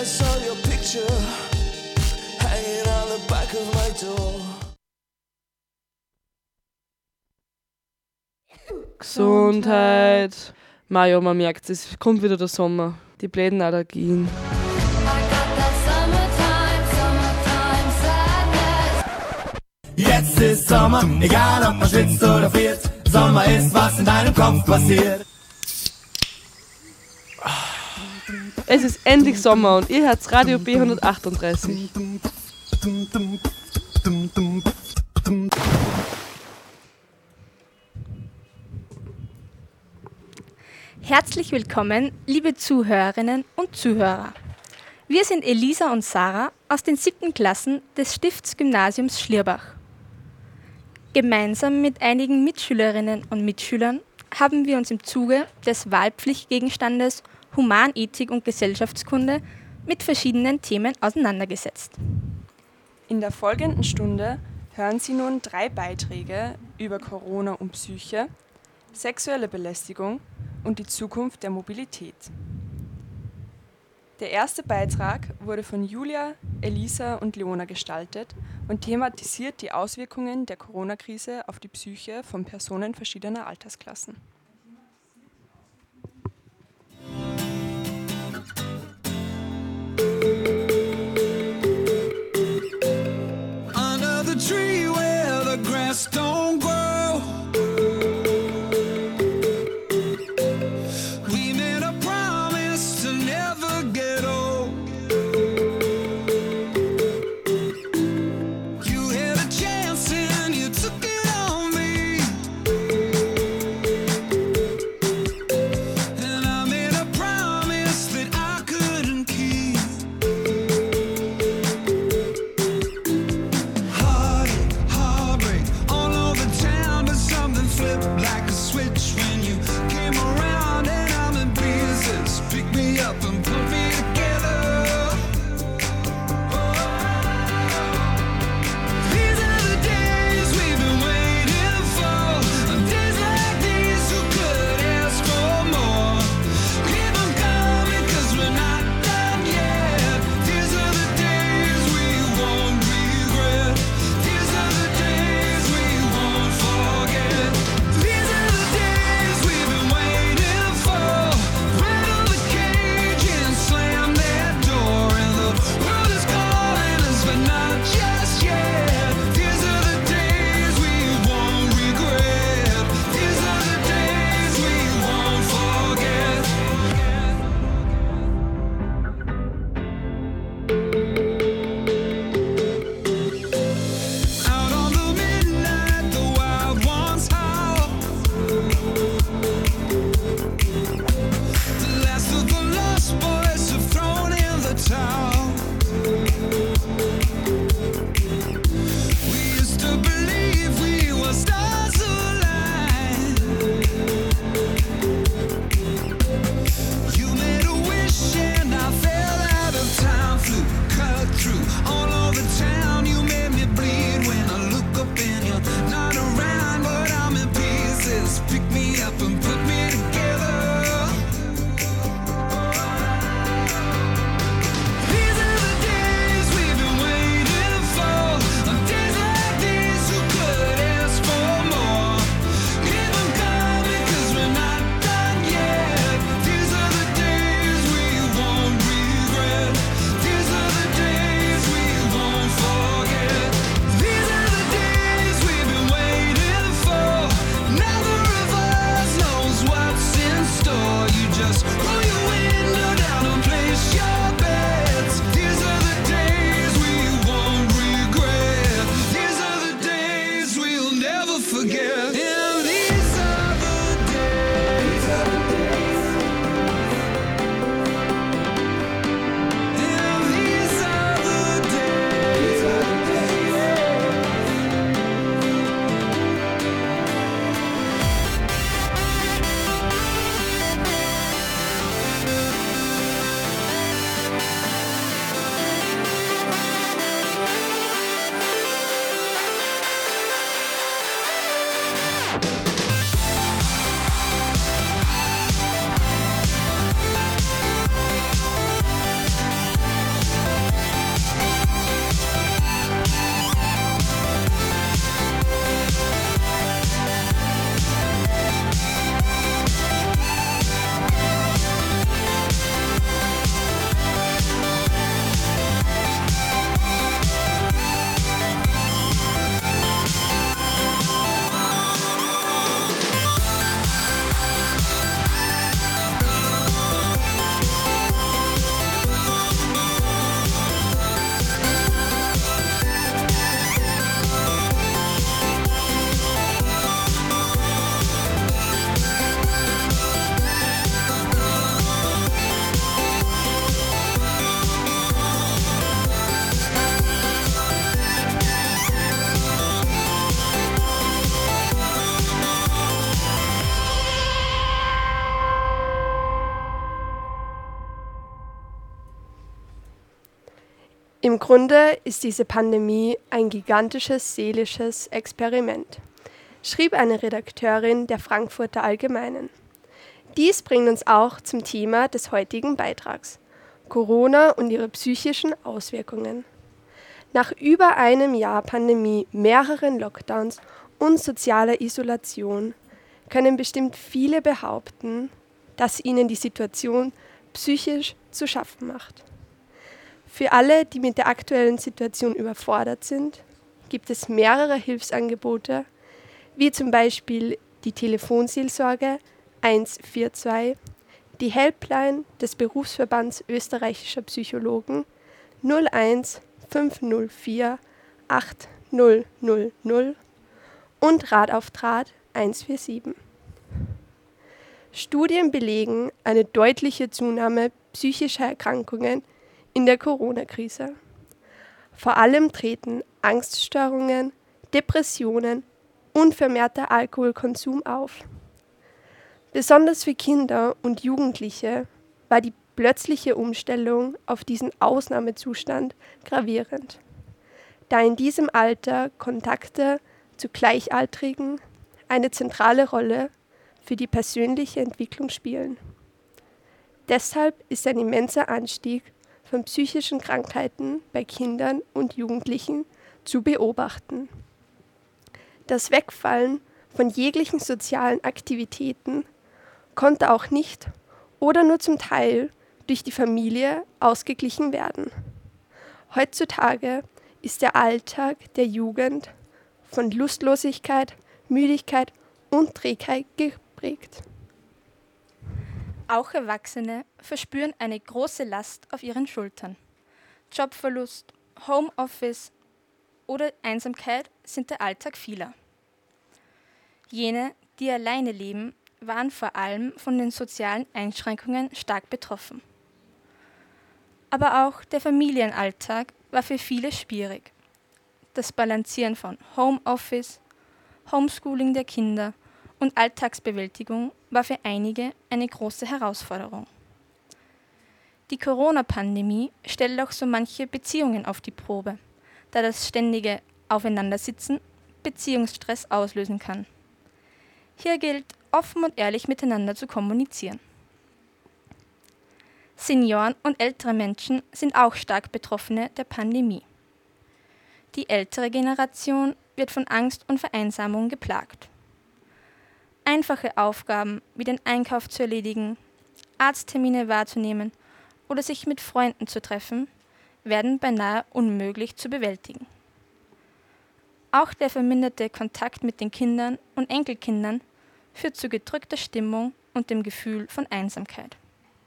saw your picture hanging on the back of my door. Gesundheit. Maja, man merkt, es kommt wieder der Sommer. Die bläden Allergien. Jetzt ist Sommer, egal ob man schwitzt oder friert. Sommer ist, was in deinem Kopf passiert. Es ist endlich Sommer und ihr hört Radio B138. Herzlich willkommen, liebe Zuhörerinnen und Zuhörer. Wir sind Elisa und Sarah aus den 7. Klassen des Stiftsgymnasiums Schlierbach. Gemeinsam mit einigen Mitschülerinnen und Mitschülern haben wir uns im Zuge des Wahlpflichtgegenstandes Humanethik und Gesellschaftskunde mit verschiedenen Themen auseinandergesetzt. In der folgenden Stunde hören Sie nun 3 Beiträge über Corona und Psyche, sexuelle Belästigung und die Zukunft der Mobilität. Der erste Beitrag wurde von Julia, Elisa und Leona gestaltet und thematisiert die Auswirkungen der Corona-Krise auf die Psyche von Personen verschiedener Altersklassen. Under the tree where the grass don't grow, we made a promise to never get old. You had a chance and you took it on me. Im Grunde ist diese Pandemie ein gigantisches seelisches Experiment, schrieb eine Redakteurin der Frankfurter Allgemeinen. Dies bringt uns auch zum Thema des heutigen Beitrags: Corona und ihre psychischen Auswirkungen. Nach über einem Jahr Pandemie, mehreren Lockdowns und sozialer Isolation können bestimmt viele behaupten, dass ihnen die Situation psychisch zu schaffen macht. Für alle, die mit der aktuellen Situation überfordert sind, gibt es mehrere Hilfsangebote, wie zum Beispiel die Telefonseelsorge 142, die Helpline des Berufsverbands österreichischer Psychologen 01 504 8000 und Rat auf Draht 147. Studien belegen eine deutliche Zunahme psychischer Erkrankungen in der Corona-Krise. Vor allem treten Angststörungen, Depressionen und vermehrter Alkoholkonsum auf. Besonders für Kinder und Jugendliche war die plötzliche Umstellung auf diesen Ausnahmezustand gravierend, da in diesem Alter Kontakte zu Gleichaltrigen eine zentrale Rolle für die persönliche Entwicklung spielen. Deshalb ist ein immenser Anstieg von psychischen Krankheiten bei Kindern und Jugendlichen zu beobachten. Das Wegfallen von jeglichen sozialen Aktivitäten konnte auch nicht oder nur zum Teil durch die Familie ausgeglichen werden. Heutzutage ist der Alltag der Jugend von Lustlosigkeit, Müdigkeit und Trägheit geprägt. Auch Erwachsene verspüren eine große Last auf ihren Schultern. Jobverlust, Homeoffice oder Einsamkeit sind der Alltag vieler. Jene, die alleine leben, waren vor allem von den sozialen Einschränkungen stark betroffen. Aber auch der Familienalltag war für viele schwierig. Das Balancieren von Homeoffice, Homeschooling der Kinder und Alltagsbewältigung war für einige eine große Herausforderung. Die Corona-Pandemie stellt auch so manche Beziehungen auf die Probe, da das ständige Aufeinandersitzen Beziehungsstress auslösen kann. Hier gilt, offen und ehrlich miteinander zu kommunizieren. Senioren und ältere Menschen sind auch stark Betroffene der Pandemie. Die ältere Generation wird von Angst und Vereinsamung geplagt. Einfache Aufgaben wie den Einkauf zu erledigen, Arzttermine wahrzunehmen oder sich mit Freunden zu treffen, werden beinahe unmöglich zu bewältigen. Auch der verminderte Kontakt mit den Kindern und Enkelkindern führt zu gedrückter Stimmung und dem Gefühl von Einsamkeit.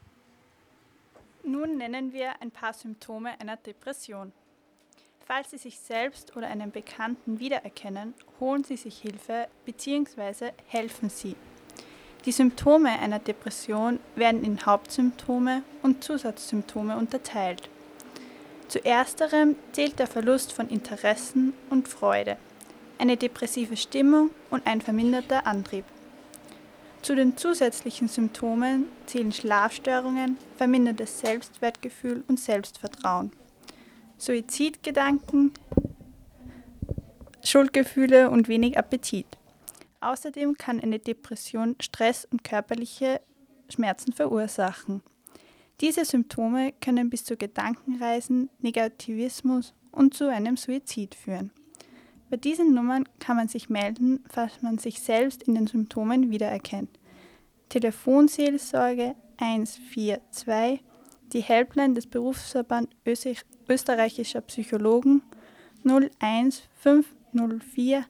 Nun nennen wir ein paar Symptome einer Depression. Falls Sie sich selbst oder einen Bekannten wiedererkennen, holen Sie sich Hilfe bzw. helfen Sie. Die Symptome einer Depression werden in Hauptsymptome und Zusatzsymptome unterteilt. Zu ersterem zählt der Verlust von Interessen und Freude, eine depressive Stimmung und ein verminderter Antrieb. Zu den zusätzlichen Symptomen zählen Schlafstörungen, vermindertes Selbstwertgefühl und Selbstvertrauen, Suizidgedanken, Schuldgefühle und wenig Appetit. Außerdem kann eine Depression Stress und körperliche Schmerzen verursachen. Diese Symptome können bis zu Gedankenreisen, Negativismus und zu einem Suizid führen. Bei diesen Nummern kann man sich melden, falls man sich selbst in den Symptomen wiedererkennt. Telefonseelsorge 142, die Helpline des Berufsverbands österreichischer Psychologen 01 504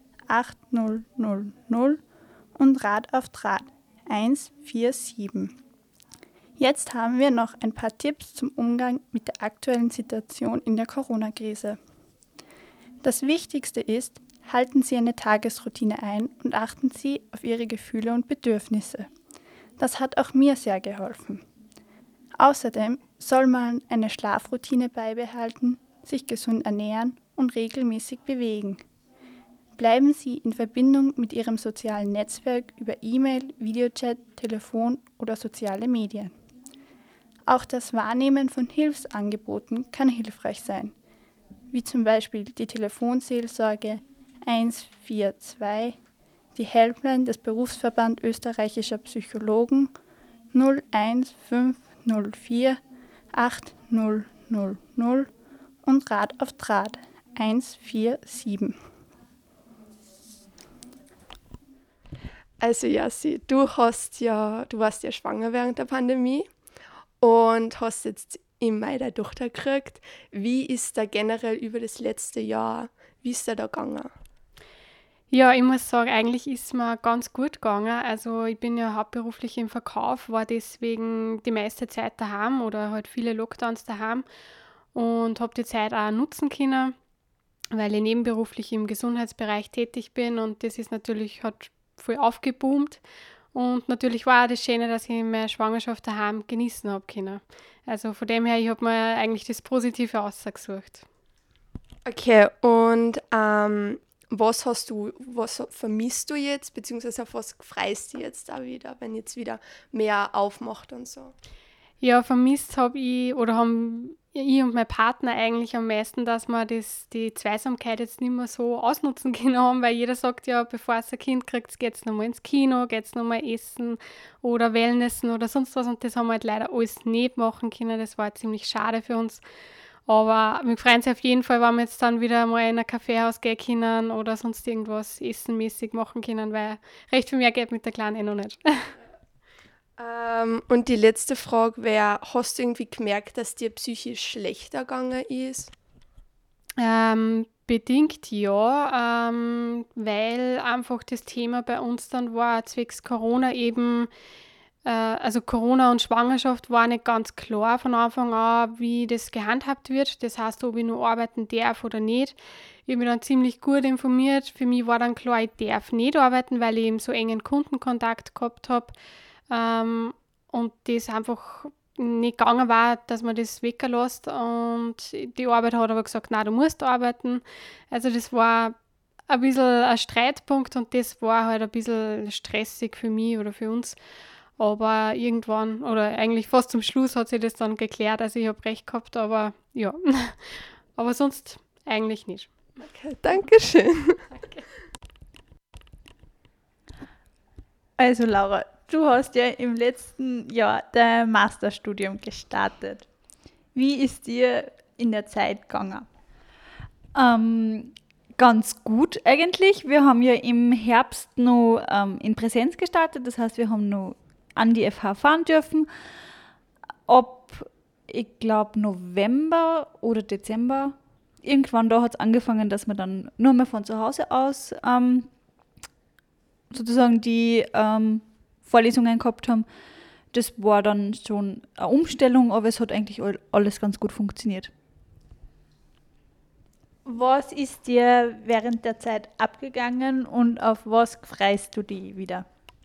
8000 und Rat auf Draht 147. Jetzt haben wir noch ein paar Tipps zum Umgang mit der aktuellen Situation in der Corona-Krise. Das Wichtigste ist, halten Sie eine Tagesroutine ein und achten Sie auf Ihre Gefühle und Bedürfnisse. Das hat auch mir sehr geholfen. Außerdem soll man eine Schlafroutine beibehalten, sich gesund ernähren und regelmäßig bewegen. Bleiben Sie in Verbindung mit Ihrem sozialen Netzwerk über E-Mail, Videochat, Telefon oder soziale Medien. Auch das Wahrnehmen von Hilfsangeboten kann hilfreich sein. wie zum Beispiel die Telefonseelsorge 142, die Helpline des Berufsverband österreichischer Psychologen 01504 8000 und Rat auf Draht 147. Also Jassi, du warst ja schwanger während der Pandemie und hast jetzt im Mai deine Tochter gekriegt. Wie ist da generell über das letzte Jahr, wie ist da gegangen? Ja, ich muss sagen, eigentlich ist es mir ganz gut gegangen. Also ich bin ja hauptberuflich im Verkauf, war deswegen die meiste Zeit daheim oder halt viele Lockdowns daheim und habe die Zeit auch nutzen können, weil ich nebenberuflich im Gesundheitsbereich tätig bin und das ist natürlich, hat voll aufgeboomt. Und natürlich war auch das Schöne, dass ich meine Schwangerschaft daheim genießen habe können. Also von dem her, ich habe mir eigentlich das Positive rausgesucht. Okay, und was vermisst du jetzt, beziehungsweise auf was freust du jetzt da wieder, wenn jetzt wieder mehr aufmacht und so? Ja, vermisst habe ich oder haben ich und mein Partner eigentlich am meisten, dass wir die Zweisamkeit jetzt nicht mehr so ausnutzen können haben, weil jeder sagt ja, bevor es ein Kind kriegt, geht es nochmal ins Kino, geht es nochmal essen oder Wellnessen oder sonst was und das haben wir halt leider alles nicht machen können. Das war ziemlich schade für uns. Aber wir freuen uns auf jeden Fall, wenn wir jetzt dann wieder mal in ein Kaffeehaus gehen können oder sonst irgendwas essenmäßig machen können, weil recht viel mehr geht mit der Kleinen noch nicht. Und die letzte Frage wäre, hast du irgendwie gemerkt, dass dir psychisch schlechter gegangen ist? Bedingt ja, weil einfach das Thema bei uns dann war, zwecks Corona eben, also Corona und Schwangerschaft war nicht ganz klar von Anfang an, wie das gehandhabt wird. Das heißt, ob ich nur arbeiten darf oder nicht. Ich habe mich dann ziemlich gut informiert. Für mich war dann klar, ich darf nicht arbeiten, weil ich eben so engen Kundenkontakt gehabt habe. Und das einfach nicht gegangen war, dass man das weglässt. Und die Arbeit hat aber gesagt, nein, du musst arbeiten. Also das war ein bisschen ein Streitpunkt und das war halt ein bisschen stressig für mich oder für uns. Aber irgendwann, oder eigentlich fast zum Schluss hat sich das dann geklärt, also ich habe recht gehabt, aber ja. Aber sonst eigentlich nicht. Okay, danke schön. Danke. Also Laura, du hast ja im letzten Jahr dein Masterstudium gestartet. Wie ist dir in der Zeit gegangen? Ganz gut eigentlich. Wir haben ja im Herbst noch in Präsenz gestartet, das heißt, wir haben noch an die FH fahren dürfen. Ab, ich glaube, November oder Dezember, irgendwann da hat es angefangen, dass wir dann nur mehr von zu Hause aus sozusagen die Vorlesungen gehabt haben. Das war dann schon eine Umstellung, aber es hat eigentlich alles ganz gut funktioniert. Was ist dir während der Zeit abgegangen und auf was freust du dich wieder?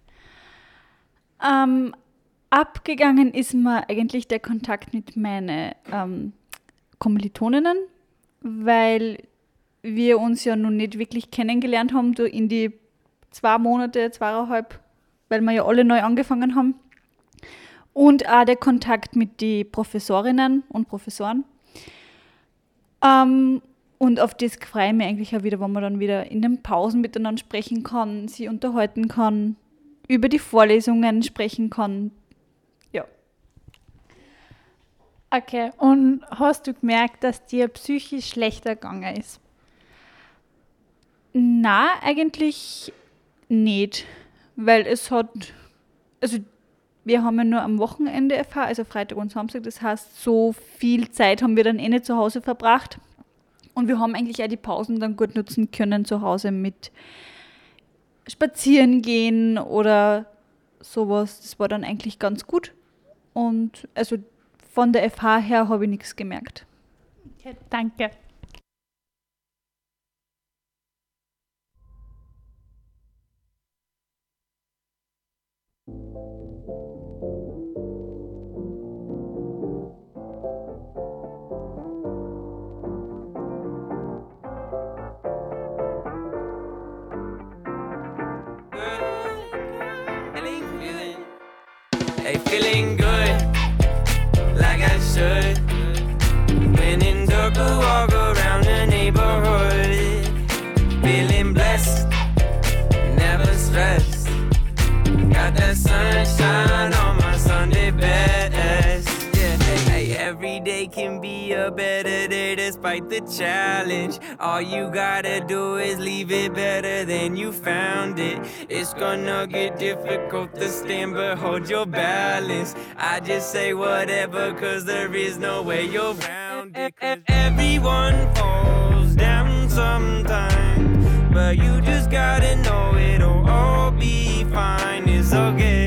Abgegangen ist mir eigentlich der Kontakt mit meinen Kommilitoninnen, weil wir uns ja noch nicht wirklich kennengelernt haben, in die 2 Monate, 2,5, weil wir ja alle neu angefangen haben. Und auch der Kontakt mit den Professorinnen und Professoren. Und auf das freue ich mich eigentlich auch wieder, wenn man dann wieder in den Pausen miteinander sprechen kann, sich unterhalten kann, über die Vorlesungen sprechen kann. Ja. Okay, und hast du gemerkt, dass dir psychisch schlechter gegangen ist? Na, eigentlich nicht, weil wir haben ja nur am Wochenende FH, also Freitag und Samstag, das heißt, so viel Zeit haben wir dann nicht zu Hause verbracht und wir haben eigentlich auch die Pausen dann gut nutzen können zu Hause mit Spazieren gehen oder sowas, das war dann eigentlich ganz gut und also von der FH her habe ich nichts gemerkt. Okay, danke. Hey, feeling good, like I should. When in dark, I walk around and be a better day despite the challenge. All you gotta do is leave it better than you found it. It's gonna get difficult to stand, but hold your balance. I just say whatever, cause there is no way you're round it. Cause everyone falls down sometime, but you just gotta know it'll all be fine. It's okay.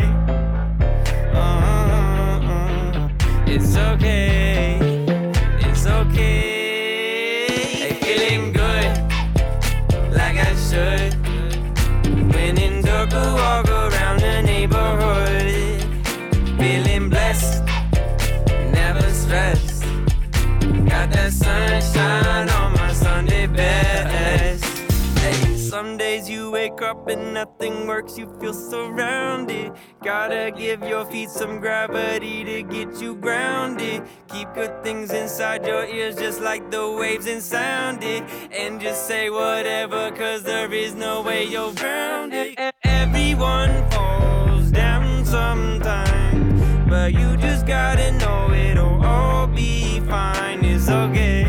It's okay. It's okay. Hey, feeling good, like I should. When in dark, I walk around the neighborhood. Feeling blessed, never stressed. Got that sunshine on my Sunday best. Hey, some days you wake up and nothing works, you feel surrounded. Gotta give your feet some gravity to get you grounded. Keep good things inside your ears just like the waves and sound it. And just say whatever, cause there is no way you're round it. Everyone falls down sometime, but you just gotta know it'll all be fine. It's okay.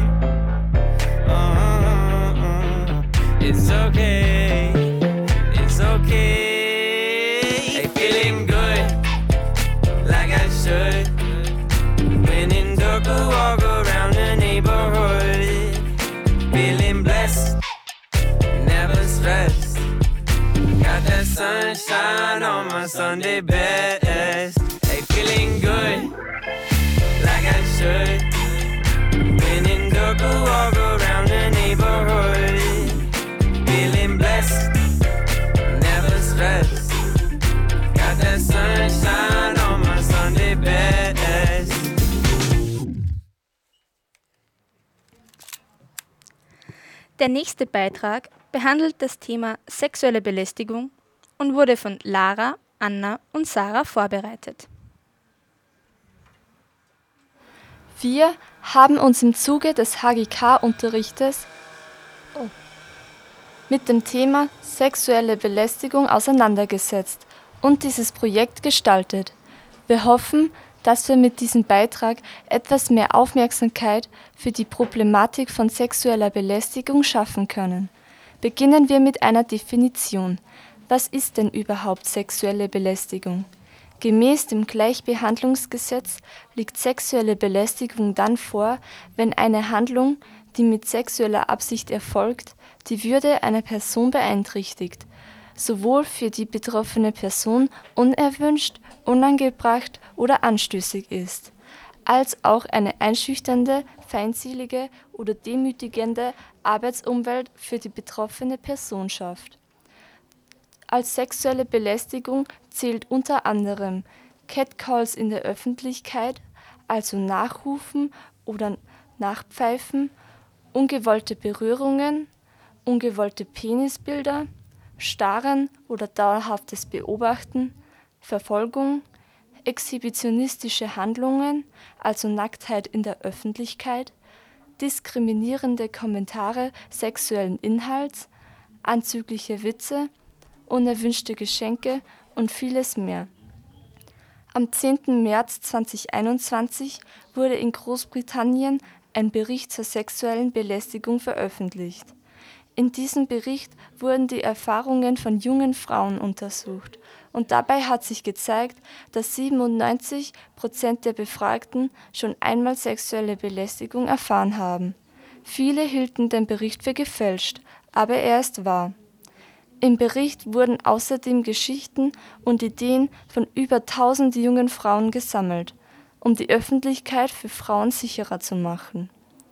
It's okay. It's okay. Hey, feeling good, like I should. When in dark, I walk around the neighborhood. Feeling blessed, never stressed. Got that sunshine on my Sunday best. Hey, feeling good, like I should. When in dark, I walk around the neighborhood. Feeling blessed, never stressed. Got that sunshine on my Sunday best. Der nächste Beitrag behandelt das Thema sexuelle Belästigung und wurde von Lara, Anna und Sarah vorbereitet. Wir haben uns im Zuge des HGK-Unterrichtes mit dem Thema sexuelle Belästigung auseinandergesetzt und dieses Projekt gestaltet. Wir hoffen, dass wir mit diesem Beitrag etwas mehr Aufmerksamkeit für die Problematik von sexueller Belästigung schaffen können. Beginnen wir mit einer Definition. Was ist denn überhaupt sexuelle Belästigung? Gemäß dem Gleichbehandlungsgesetz liegt sexuelle Belästigung dann vor, wenn eine Handlung, die mit sexueller Absicht erfolgt, die Würde einer Person beeinträchtigt, sowohl für die betroffene Person unerwünscht, unangebracht oder anstößig ist, als auch eine einschüchternde, feindselige oder demütigende Arbeitsumwelt für die betroffene Person schafft. Als sexuelle Belästigung zählt unter anderem Catcalls in der Öffentlichkeit, also Nachrufen oder Nachpfeifen, ungewollte Berührungen, ungewollte Penisbilder, Starren oder dauerhaftes Beobachten, Verfolgung, exhibitionistische Handlungen, also Nacktheit in der Öffentlichkeit, diskriminierende Kommentare sexuellen Inhalts, anzügliche Witze, unerwünschte Geschenke und vieles mehr. Am 10. März 2021 wurde in Großbritannien ein Bericht zur sexuellen Belästigung veröffentlicht. In diesem Bericht wurden die Erfahrungen von jungen Frauen untersucht und dabei hat sich gezeigt, dass 97% der Befragten schon einmal sexuelle Belästigung erfahren haben. Viele hielten den Bericht für gefälscht, aber er ist wahr. Im Bericht wurden außerdem Geschichten und Ideen von über 1000 jungen Frauen gesammelt, um die Öffentlichkeit für Frauen sicherer zu machen.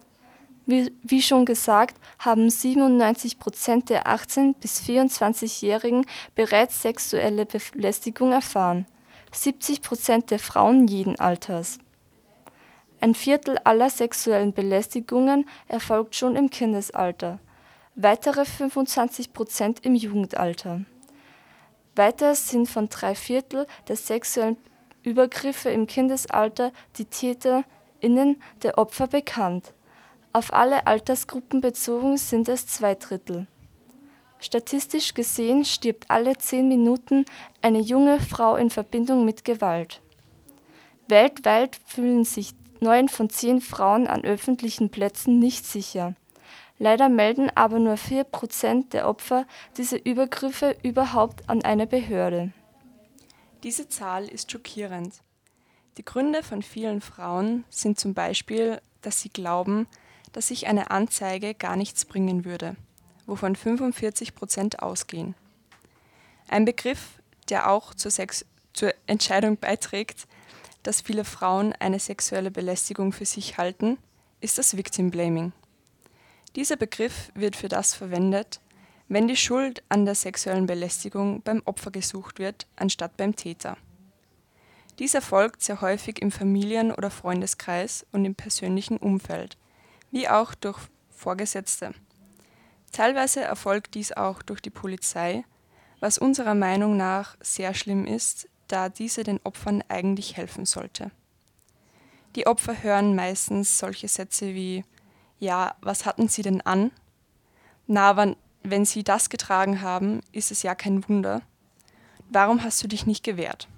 Wie schon gesagt, haben 97% der 18- bis 24-Jährigen bereits sexuelle Belästigung erfahren, 70% der Frauen jeden Alters. Ein Viertel aller sexuellen Belästigungen erfolgt schon im Kindesalter, weitere 25% im Jugendalter. Weiter sind von 3/4 der sexuellen Übergriffe im Kindesalter die TäterInnen der Opfer bekannt. Auf alle Altersgruppen bezogen sind es 2/3. Statistisch gesehen stirbt alle 10 Minuten eine junge Frau in Verbindung mit Gewalt. Weltweit fühlen sich 9 von 10 Frauen an öffentlichen Plätzen nicht sicher. Leider melden aber nur 4% der Opfer diese Übergriffe überhaupt an eine Behörde. Diese Zahl ist schockierend. Die Gründe von vielen Frauen sind zum Beispiel, dass sie glauben, dass sich eine Anzeige gar nichts bringen würde, wovon 45% ausgehen. Ein Begriff, der auch zur Entscheidung beiträgt, dass viele Frauen eine sexuelle Belästigung für sich halten, ist das Victim Blaming. Dieser Begriff wird für das verwendet, wenn die Schuld an der sexuellen Belästigung beim Opfer gesucht wird, anstatt beim Täter. Dies erfolgt sehr häufig im Familien- oder Freundeskreis und im persönlichen Umfeld, wie auch durch Vorgesetzte. Teilweise erfolgt dies auch durch die Polizei, was unserer Meinung nach sehr schlimm ist, da diese den Opfern eigentlich helfen sollte. Die Opfer hören meistens solche Sätze wie: Ja, was hatten Sie denn an? Na, wenn Sie das getragen haben, ist es ja kein Wunder. Warum hast du dich nicht gewehrt?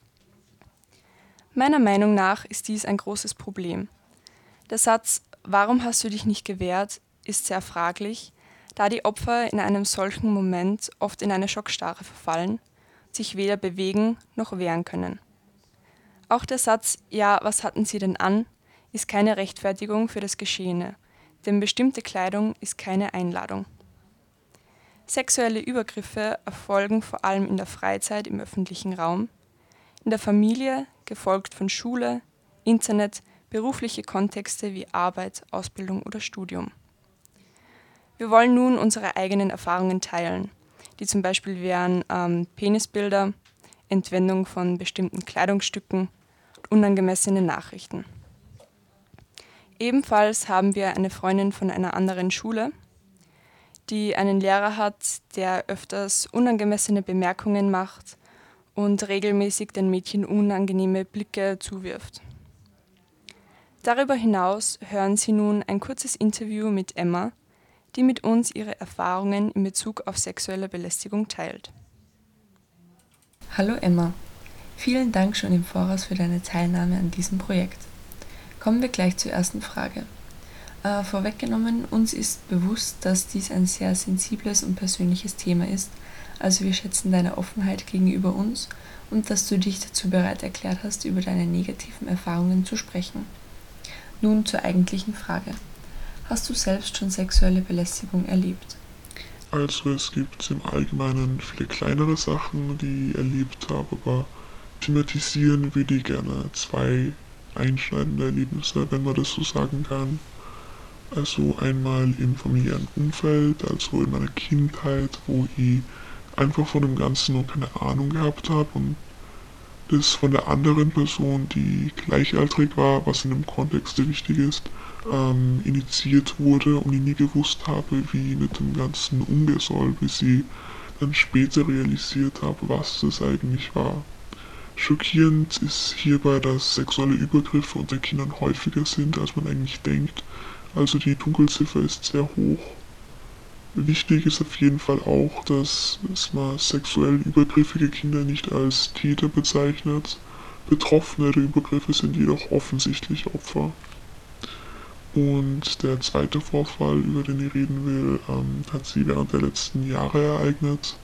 Meiner Meinung nach ist dies ein großes Problem. Der Satz „Warum hast du dich nicht gewehrt?“ ist sehr fraglich, da die Opfer in einem solchen Moment oft in eine Schockstarre verfallen, sich weder bewegen noch wehren können. Auch der Satz „Ja, was hatten Sie denn an?“ ist keine Rechtfertigung für das Geschehene, denn bestimmte Kleidung ist keine Einladung. Sexuelle Übergriffe erfolgen vor allem in der Freizeit im öffentlichen Raum, in der Familie, gefolgt von Schule, Internet, berufliche Kontexte wie Arbeit, Ausbildung oder Studium. Wir wollen nun unsere eigenen Erfahrungen teilen, die zum Beispiel wären Penisbilder, Entwendung von bestimmten Kleidungsstücken und unangemessene Nachrichten. Ebenfalls haben wir eine Freundin von einer anderen Schule, die einen Lehrer hat, der öfters unangemessene Bemerkungen macht und regelmäßig den Mädchen unangenehme Blicke zuwirft. Darüber hinaus hören Sie nun ein kurzes Interview mit Emma, die mit uns ihre Erfahrungen in Bezug auf sexuelle Belästigung teilt. Hallo Emma, vielen Dank schon im Voraus für deine Teilnahme an diesem Projekt. Kommen wir gleich zur ersten Frage. Vorweggenommen, uns ist bewusst, dass dies ein sehr sensibles und persönliches Thema ist, also wir schätzen deine Offenheit gegenüber uns und dass du dich dazu bereit erklärt hast, über deine negativen Erfahrungen zu sprechen. Nun zur eigentlichen Frage. Hast du selbst schon sexuelle Belästigung erlebt? Also es gibt im Allgemeinen viele kleinere Sachen, die ich erlebt habe, aber thematisieren würde ich gerne 2 einschneidende Erlebnisse, wenn man das so sagen kann. Also einmal im familiären Umfeld, also in meiner Kindheit, wo ich einfach von dem Ganzen noch keine Ahnung gehabt habe und das von der anderen Person, die gleichaltrig war, was in dem Kontext sehr wichtig ist, initiiert wurde und ich nie gewusst habe, wie ich mit dem Ganzen umgehen soll, bis ich dann später realisiert habe, was das eigentlich war. Schockierend ist hierbei, dass sexuelle Übergriffe unter Kindern häufiger sind, als man eigentlich denkt. Also die Dunkelziffer ist sehr hoch. Wichtig ist auf jeden Fall auch, dass man sexuell übergriffige Kinder nicht als Täter bezeichnet. Betroffene der Übergriffe sind jedoch offensichtlich Opfer. Und der zweite Vorfall, über den ich reden will, hat sich während der letzten Jahre ereignet.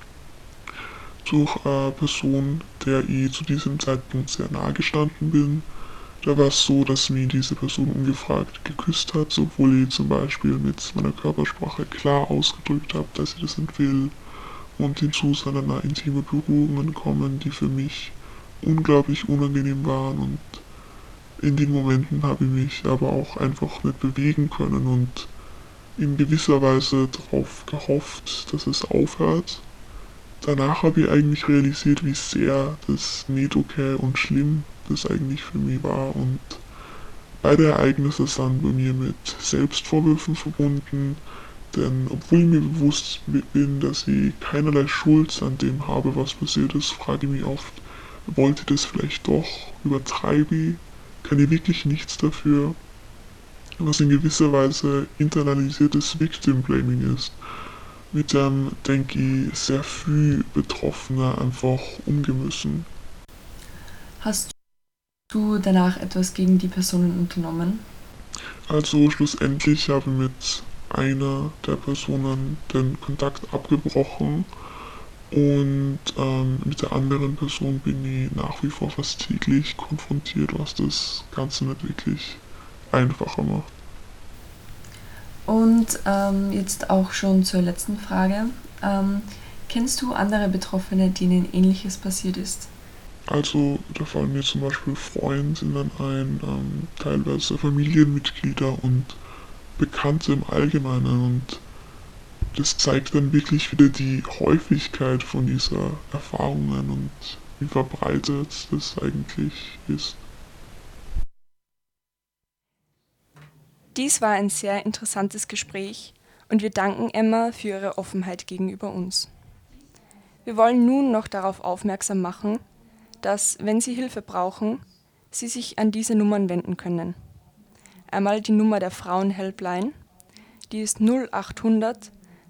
Durch eine Person, der ich zu diesem Zeitpunkt sehr nahe gestanden bin. Da war es so, dass mich diese Person ungefragt geküsst hat, obwohl ich zum Beispiel mit meiner Körpersprache klar ausgedrückt habe, dass ich das nicht will. Und hinzu sind dann auch intime Berührungen kommen, die für mich unglaublich unangenehm waren. Und in den Momenten habe ich mich aber auch einfach nicht bewegen können und in gewisser Weise darauf gehofft, dass es aufhört. Danach habe ich eigentlich realisiert, wie sehr das nicht okay und schlimm das eigentlich für mich war, und beide Ereignisse sind bei mir mit Selbstvorwürfen verbunden, denn obwohl ich mir bewusst bin, dass ich keinerlei Schuld an dem habe, was passiert ist, frage ich mich oft, wollte ich das vielleicht doch, übertreibe ich, kann ich wirklich nichts dafür, was in gewisser Weise internalisiertes Victim Blaming ist, mit dem, denke ich, sehr viel Betroffene einfach umgehen müssen. Du danach etwas gegen die Personen unternommen? Also schlussendlich habe ich mit einer der Personen den Kontakt abgebrochen und mit der anderen Person bin ich nach wie vor fast täglich konfrontiert, was das Ganze nicht wirklich einfacher macht. Und jetzt auch schon zur letzten Frage. Kennst du andere Betroffene, denen Ähnliches passiert ist? Also da fallen mir zum Beispiel Freundinnen ein, teilweise Familienmitglieder und Bekannte im Allgemeinen, und das zeigt dann wirklich wieder die Häufigkeit von dieser Erfahrungen und wie verbreitet das eigentlich ist. Dies war ein sehr interessantes Gespräch und wir danken Emma für ihre Offenheit gegenüber uns. Wir wollen nun noch darauf aufmerksam machen, dass, wenn Sie Hilfe brauchen, Sie sich an diese Nummern wenden können. Einmal die Nummer der Frauen-Helpline, die ist 0800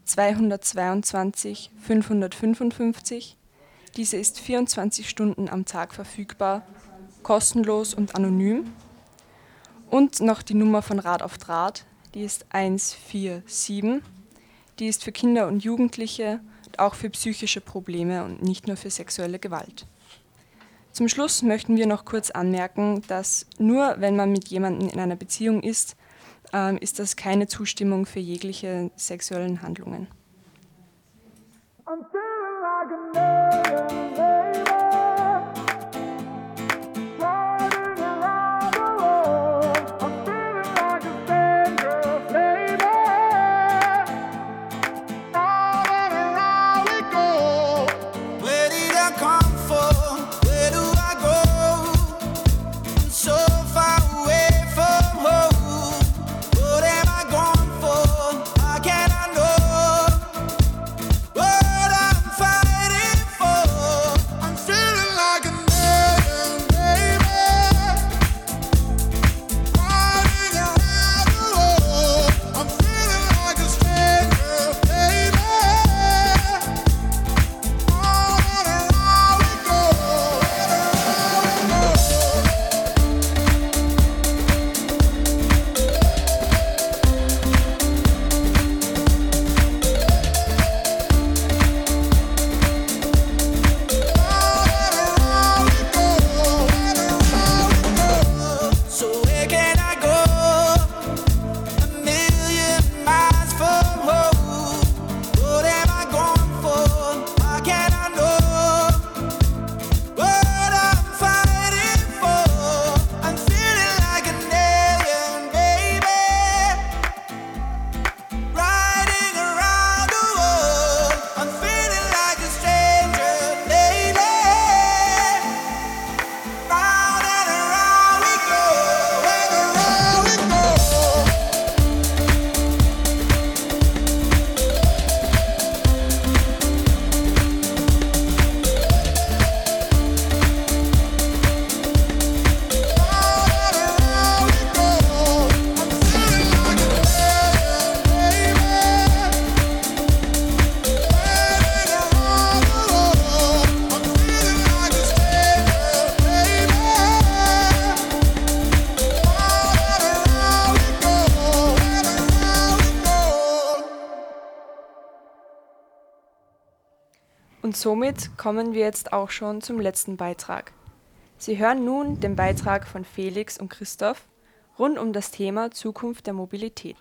222 555. Diese ist 24 Stunden am Tag verfügbar, kostenlos und anonym. Und noch die Nummer von Rat auf Draht, die ist 147. Die ist für Kinder und Jugendliche und auch für psychische Probleme und nicht nur für sexuelle Gewalt. Zum Schluss möchten wir noch kurz anmerken, dass nur wenn man mit jemandem in einer Beziehung ist das keine Zustimmung für jegliche sexuellen Handlungen. Und somit kommen wir jetzt auch schon zum letzten Beitrag. Sie hören nun den Beitrag von Felix und Christoph rund um das Thema Zukunft der Mobilität.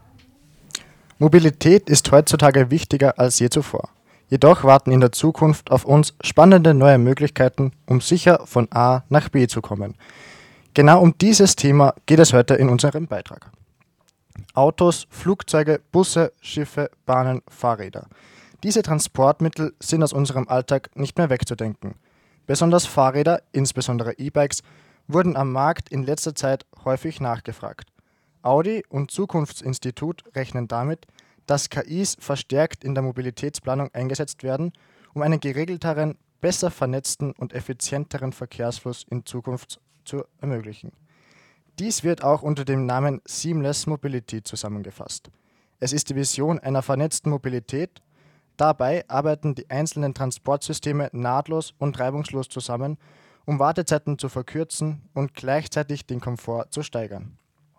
Mobilität ist heutzutage wichtiger als je zuvor. Jedoch warten in der Zukunft auf uns spannende neue Möglichkeiten, um sicher von A nach B zu kommen. Genau um dieses Thema geht es heute in unserem Beitrag. Autos, Flugzeuge, Busse, Schiffe, Bahnen, Fahrräder. Diese Transportmittel sind aus unserem Alltag nicht mehr wegzudenken. Besonders Fahrräder, insbesondere E-Bikes, wurden am Markt in letzter Zeit häufig nachgefragt. Audi und Zukunftsinstitut rechnen damit, dass KIs verstärkt in der Mobilitätsplanung eingesetzt werden, um einen geregelteren, besser vernetzten und effizienteren Verkehrsfluss in Zukunft zu ermöglichen. Dies wird auch unter dem Namen Seamless Mobility zusammengefasst. Es ist die Vision einer vernetzten Mobilität. Dabei arbeiten die einzelnen Transportsysteme nahtlos und reibungslos zusammen um Wartezeiten zu verkürzen und gleichzeitig den Komfort zu steigern.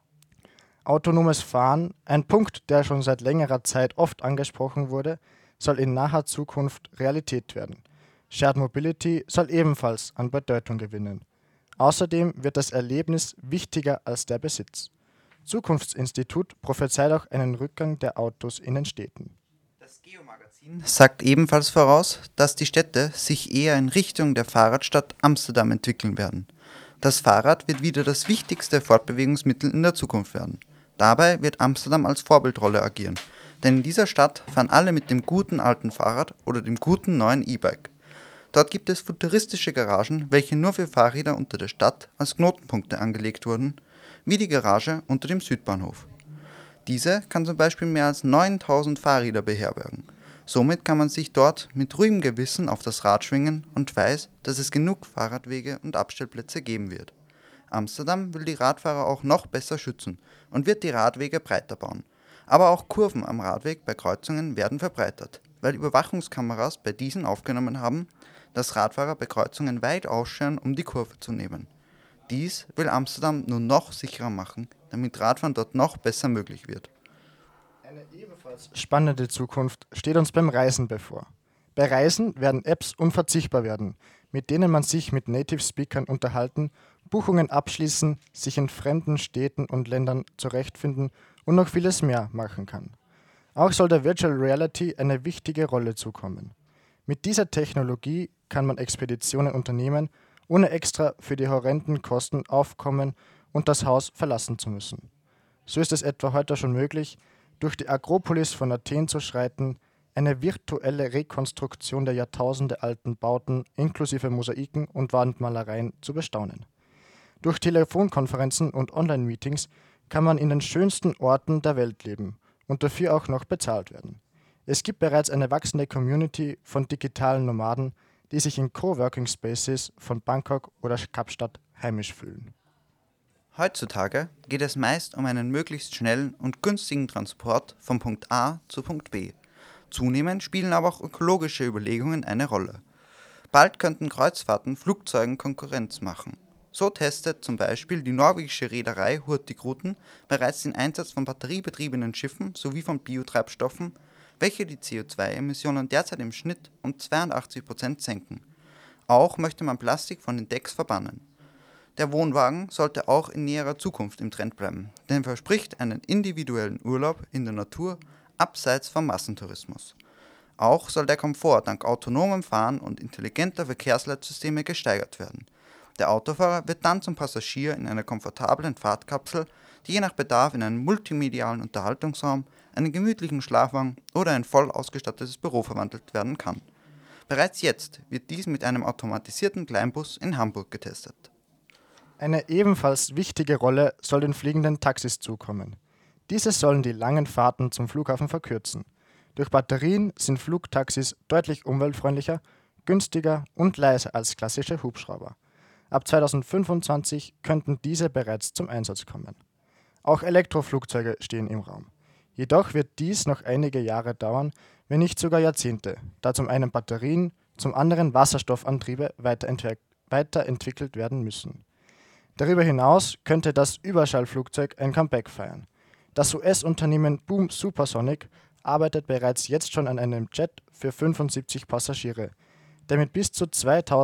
Autonomes Fahren, ein Punkt, der schon seit längerer Zeit oft angesprochen wurde, soll in naher Zukunft Realität werden. Shared Mobility soll ebenfalls an Bedeutung gewinnen. Außerdem wird das Erlebnis wichtiger als der Besitz. Zukunftsinstitut prophezeit auch einen Rückgang der Autos in den Städten. Das Geo-Magazin sagt ebenfalls voraus, dass die Städte sich eher in Richtung der Fahrradstadt Amsterdam entwickeln werden. Das Fahrrad wird wieder das wichtigste Fortbewegungsmittel in der Zukunft werden. Dabei wird Amsterdam als Vorbildrolle agieren, denn in dieser Stadt fahren alle mit dem guten alten Fahrrad oder dem guten neuen E-Bike. Dort gibt es futuristische Garagen, welche nur für Fahrräder unter der Stadt als Knotenpunkte angelegt wurden, wie die Garage unter dem Südbahnhof. Diese kann zum Beispiel mehr als 9000 Fahrräder beherbergen. Somit kann man sich dort mit ruhigem Gewissen auf das Rad schwingen und weiß, dass es genug Fahrradwege und Abstellplätze geben wird. Amsterdam will die Radfahrer auch noch besser schützen und wird die Radwege breiter bauen. Aber auch Kurven am Radweg bei Kreuzungen werden verbreitert, weil Überwachungskameras bei diesen aufgenommen haben, dass Radfahrer bei Kreuzungen weit ausscheren, um die Kurve zu nehmen. Dies will Amsterdam nun noch sicherer machen, damit Radfahren dort noch besser möglich wird. Eine ebenfalls spannende Zukunft steht uns beim Reisen bevor. Bei Reisen werden Apps unverzichtbar werden, mit denen man sich mit Native Speakern unterhalten, Buchungen abschließen, sich in fremden Städten und Ländern zurechtfinden und noch vieles mehr machen kann. Auch soll der Virtual Reality eine wichtige Rolle zukommen. Mit dieser Technologie kann man Expeditionen unternehmen, ohne extra für die horrenden Kosten aufkommen und das Haus verlassen zu müssen. So ist es etwa heute schon möglich, durch die Akropolis von Athen zu schreiten, eine virtuelle Rekonstruktion der jahrtausendealten Bauten inklusive Mosaiken und Wandmalereien zu bestaunen. Durch Telefonkonferenzen und Online-Meetings kann man in den schönsten Orten der Welt leben und dafür auch noch bezahlt werden. Es gibt bereits eine wachsende Community von digitalen Nomaden, die sich in Coworking Spaces von Bangkok oder Kapstadt heimisch fühlen. Heutzutage geht es meist um einen möglichst schnellen und günstigen Transport von Punkt A zu Punkt B. Zunehmend spielen aber auch ökologische Überlegungen eine Rolle. Bald könnten Kreuzfahrten Flugzeugen Konkurrenz machen. So testet zum Beispiel die norwegische Reederei Hurtigruten bereits den Einsatz von batteriebetriebenen Schiffen sowie von Biotreibstoffen, welche die CO2-Emissionen derzeit im Schnitt um 82% senken. Auch möchte man Plastik von den Decks verbannen. Der Wohnwagen sollte auch in näherer Zukunft im Trend bleiben, denn er verspricht einen individuellen Urlaub in der Natur abseits vom Massentourismus. Auch soll der Komfort dank autonomem Fahren und intelligenter Verkehrsleitsysteme gesteigert werden. Der Autofahrer wird dann zum Passagier in einer komfortablen Fahrtkapsel, die je nach Bedarf in einen multimedialen Unterhaltungsraum, einen gemütlichen Schlafwagen oder ein voll ausgestattetes Büro verwandelt werden kann. Bereits jetzt wird dies mit einem automatisierten Kleinbus in Hamburg getestet. Eine ebenfalls wichtige Rolle soll den fliegenden Taxis zukommen. Diese sollen die langen Fahrten zum Flughafen verkürzen. Durch Batterien sind Flugtaxis deutlich umweltfreundlicher, günstiger und leiser als klassische Hubschrauber. Ab 2025 könnten diese bereits zum Einsatz kommen. Auch Elektroflugzeuge stehen im Raum. Jedoch wird dies noch einige Jahre dauern, wenn nicht sogar Jahrzehnte, da zum einen Batterien, zum anderen Wasserstoffantriebe weiterentwickelt werden müssen. Darüber hinaus könnte das Überschallflugzeug ein Comeback feiern. Das US-Unternehmen Boom Supersonic arbeitet bereits jetzt schon an einem Jet für 75 Passagiere, der mit bis zu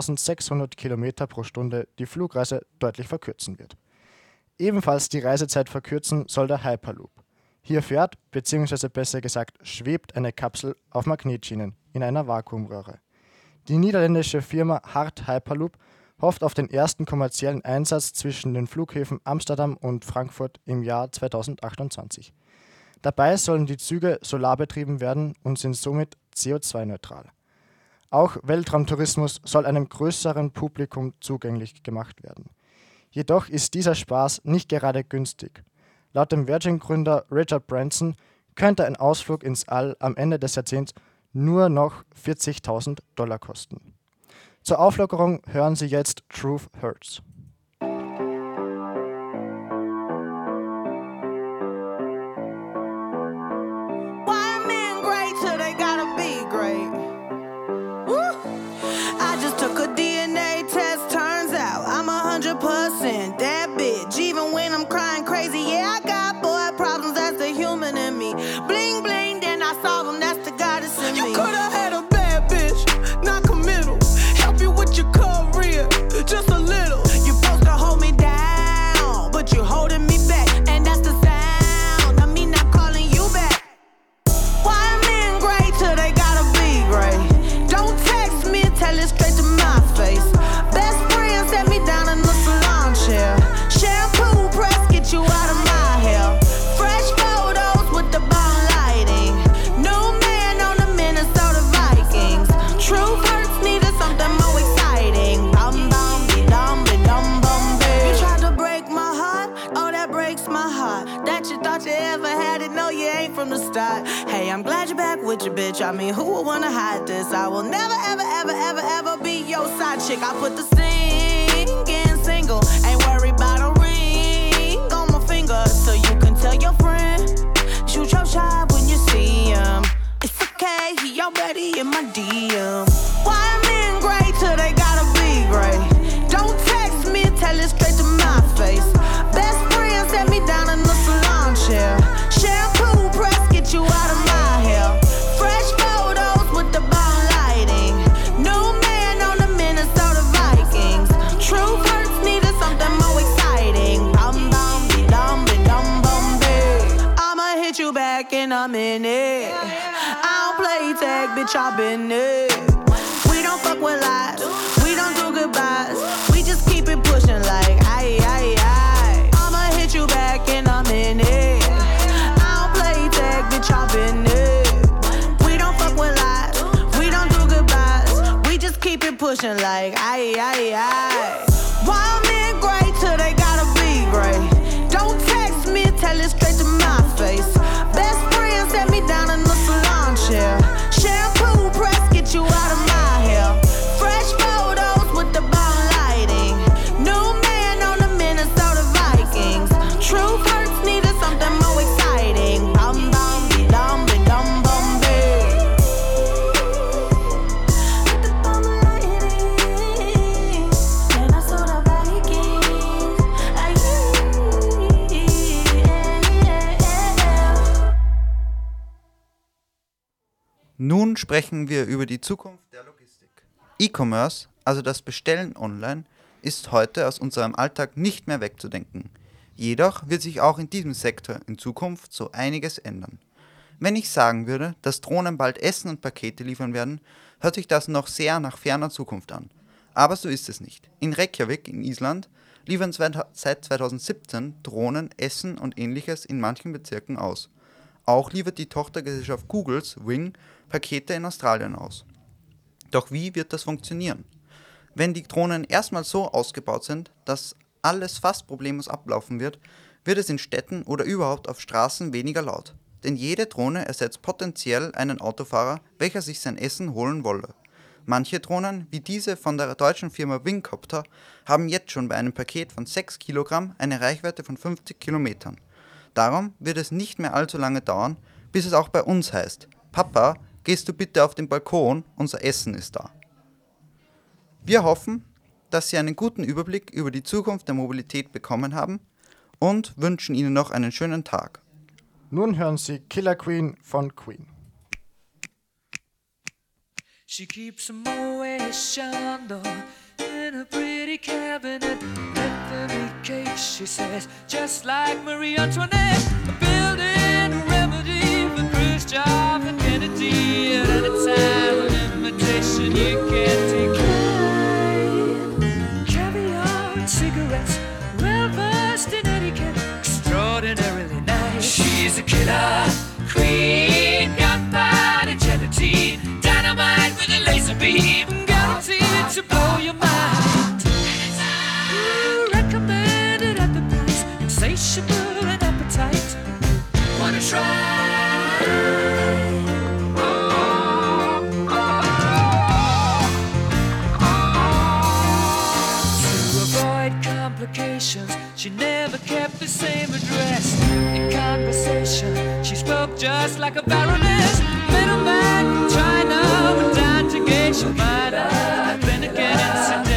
2600 km pro Stunde die Flugreise deutlich verkürzen wird. Ebenfalls die Reisezeit verkürzen soll der Hyperloop. Hier fährt, bzw. besser gesagt schwebt eine Kapsel auf Magnetschienen in einer Vakuumröhre. Die niederländische Firma Hart Hyperloop hofft auf den ersten kommerziellen Einsatz zwischen den Flughäfen Amsterdam und Frankfurt im Jahr 2028. Dabei sollen die Züge solarbetrieben werden und sind somit CO2-neutral. Auch Weltraumtourismus soll einem größeren Publikum zugänglich gemacht werden. Jedoch ist dieser Spaß nicht gerade günstig. Laut dem Virgin-Gründer Richard Branson könnte ein Ausflug ins All am Ende des Jahrzehnts nur noch $40.000 kosten. Zur Auflockerung hören Sie jetzt Truth Hurts. I just took a DNA test, turns human in me. Bling, bling, then I solve them, that's the goddess in me. You could've had a bad bitch, not committal. Help you with your career, just a little. You supposed to hold me down, but you holding me back. And that's the sound of me not calling you back. Why men gray till they gotta be gray? Don't text me, tell it straight to my face. Best friend set me down in the salon chair. Shampoo press, get you out of my hair. Fresh photos with the bomb lighting. New man on the Minnesota Vikings. True hurts needed something more exciting. Bum bum be dum bum be. You tried to break my heart, oh that breaks my heart. That you thought you ever had it, no you ain't from the start. Hey, I'm glad you're back with your bitch. I mean, who would wanna hide this? I will never ever ever ever ever be your side chick. I put the singing single, ain't worried about a ring on my finger, so you can tell your friend, shoot your shot when you see him. It's okay, he already in my DM. Why men gray till they gotta be gray? Don't text me, tell it straight to my face. Best friend set me down in the salon chair. Shampoo press, get you out of my hair. Fresh photos with the bomb lighting. New man on the Minnesota Vikings. True hurts needed something more exciting. Bum bum be dum bum be. I'ma hit you back in a minute. I don't play tag, bitch, I've been it. We don't fuck with lies, we don't do goodbyes. We just keep it pushing like aye, aye, aye. I'ma hit you back in a minute. I don't play tag, bitch, I've been it. We don't fuck with lies, we don't do goodbyes. We just keep it pushing like aye, aye, aye. Why men gray till they gotta be gray? Don't text me, tell it straight to my face. Best friend set me down in the salon chair. Shampoo press, get you out of my hair. Fresh photos with the bomb lighting. New man on the Minnesota Vikings. True hurts needed something more exciting. Bum bum be dum bum be. With the bomb lighting, Minnesota Vikings. Nun sprechen wir über die Zukunft der Logistik. E-Commerce, also das Bestellen online, ist heute aus unserem Alltag nicht mehr wegzudenken. Jedoch wird sich auch in diesem Sektor in Zukunft so einiges ändern. Wenn ich sagen würde, dass Drohnen bald Essen und Pakete liefern werden, hört sich das noch sehr nach ferner Zukunft an. Aber so ist es nicht. In Reykjavik in Island liefern seit 2017 Drohnen Essen und Ähnliches in manchen Bezirken aus. Auch liefert die Tochtergesellschaft Googles, Wing, Pakete in Australien aus. Doch wie wird das funktionieren? Wenn die Drohnen erstmal so ausgebaut sind, dass alles fast problemlos ablaufen wird, wird es in Städten oder überhaupt auf Straßen weniger laut. Denn jede Drohne ersetzt potenziell einen Autofahrer, welcher sich sein Essen holen wolle. Manche Drohnen, wie diese von der deutschen Firma Wingcopter, haben jetzt schon bei einem Paket von 6 Kilogramm eine Reichweite von 50 Kilometern. Darum wird es nicht mehr allzu lange dauern, bis es auch bei uns heißt: Papa, gehst du bitte auf den Balkon, unser Essen ist da. Wir hoffen, dass Sie einen guten Überblick über die Zukunft der Mobilität bekommen haben und wünschen Ihnen noch einen schönen Tag. Nun hören Sie Killer Queen von Queen. She keeps a Moet Chandon in a pretty cabinet. Let them eat cake, she says, just like Marie Antoinette. Building a remedy for Khrushchev and Kennedy. At any time, an invitation you can't decline. Caviar and cigarettes, well versed in etiquette, extraordinarily nice. She's a killer queen, gunpowder gelatine, dynamite with a laser beam, guaranteed to blow your mind. Recommended at the price, insatiable and appetite. Wanna try? To avoid complications, she never kept the same address. In conversation, she spoke just like a baroness. Middleman from China went down to gauge your mind. Then again,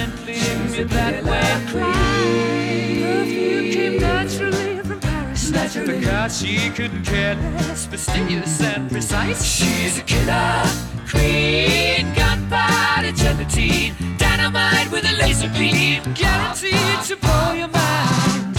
incidentally, me that way. Perfume came naturally from Paris. because she couldn't care less, fastidious and precise. She's a killer queen, gunpowder gelatine, dynamite with a laser beam, guaranteed to blow your mind.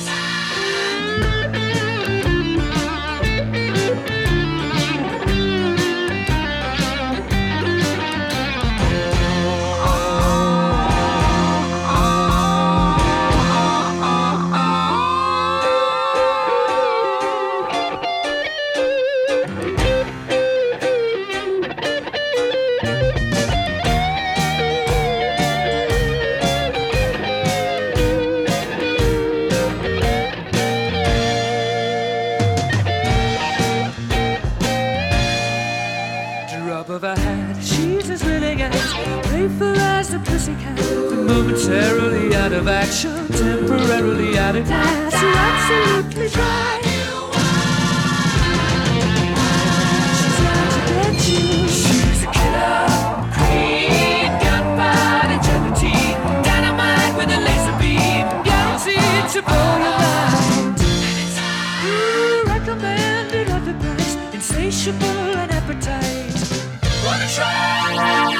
Of her hat, she's as willing as playful as the pussycat, but momentarily out of action, temporarily out of gas. So absolutely dry. She's out to get you. She's a killer queen, gunpowder gelatine, dynamite with a laser beam, guaranteed to blow your mind. Recommended at the price, insatiable and appetite. Wanna try?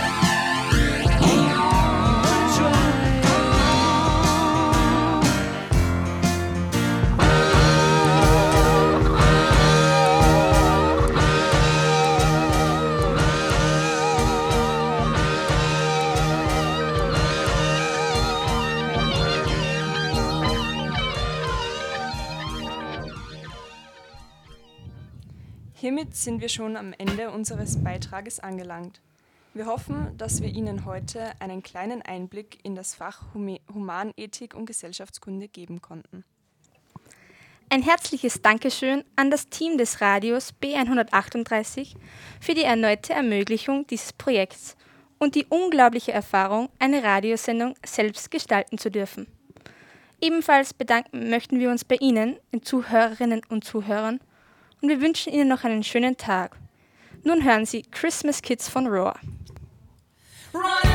Hiermit sind wir schon am Ende unseres Beitrages angelangt. Wir hoffen, dass wir Ihnen heute einen kleinen Einblick in das Fach Humanethik und Gesellschaftskunde geben konnten. Ein herzliches Dankeschön an das Team des Radios B138 für die erneute Ermöglichung dieses Projekts und die unglaubliche Erfahrung, eine Radiosendung selbst gestalten zu dürfen. Ebenfalls bedanken möchten wir uns bei Ihnen, den Zuhörerinnen und Zuhörern, und wir wünschen Ihnen noch einen schönen Tag. Nun hören Sie Christmas Kids von Roar. Run